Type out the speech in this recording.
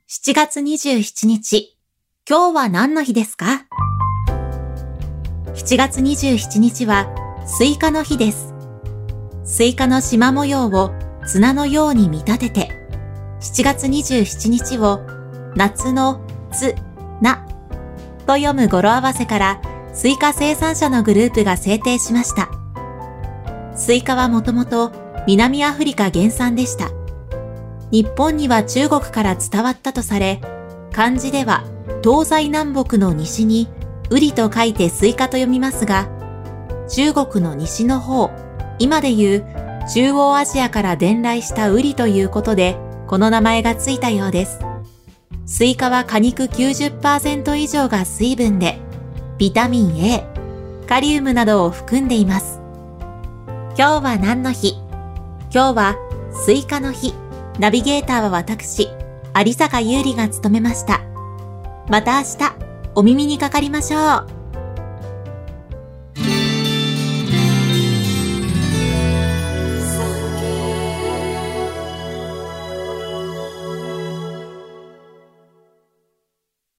7月27日、今日は何の日ですか？ 7 月27日はスイカの日です。スイカの縞模様を綱のように見立てて、7月27日を夏のつなと読む語呂合わせからスイカ生産者のグループが制定しました。スイカはもともと南アフリカ原産でした。日本には中国から伝わったとされ、漢字では東西南北の西にウリと書いてスイカと読みますが、中国の西の方、今でいう中央アジアから伝来したウリということで、この名前がついたようです。スイカは果肉 90% 以上が水分で、ビタミン A、カリウムなどを含んでいます。今日は何の日？今日はスイカの日。ナビゲーターは私、有坂優里が務めました。また明日、お耳にかかりましょう。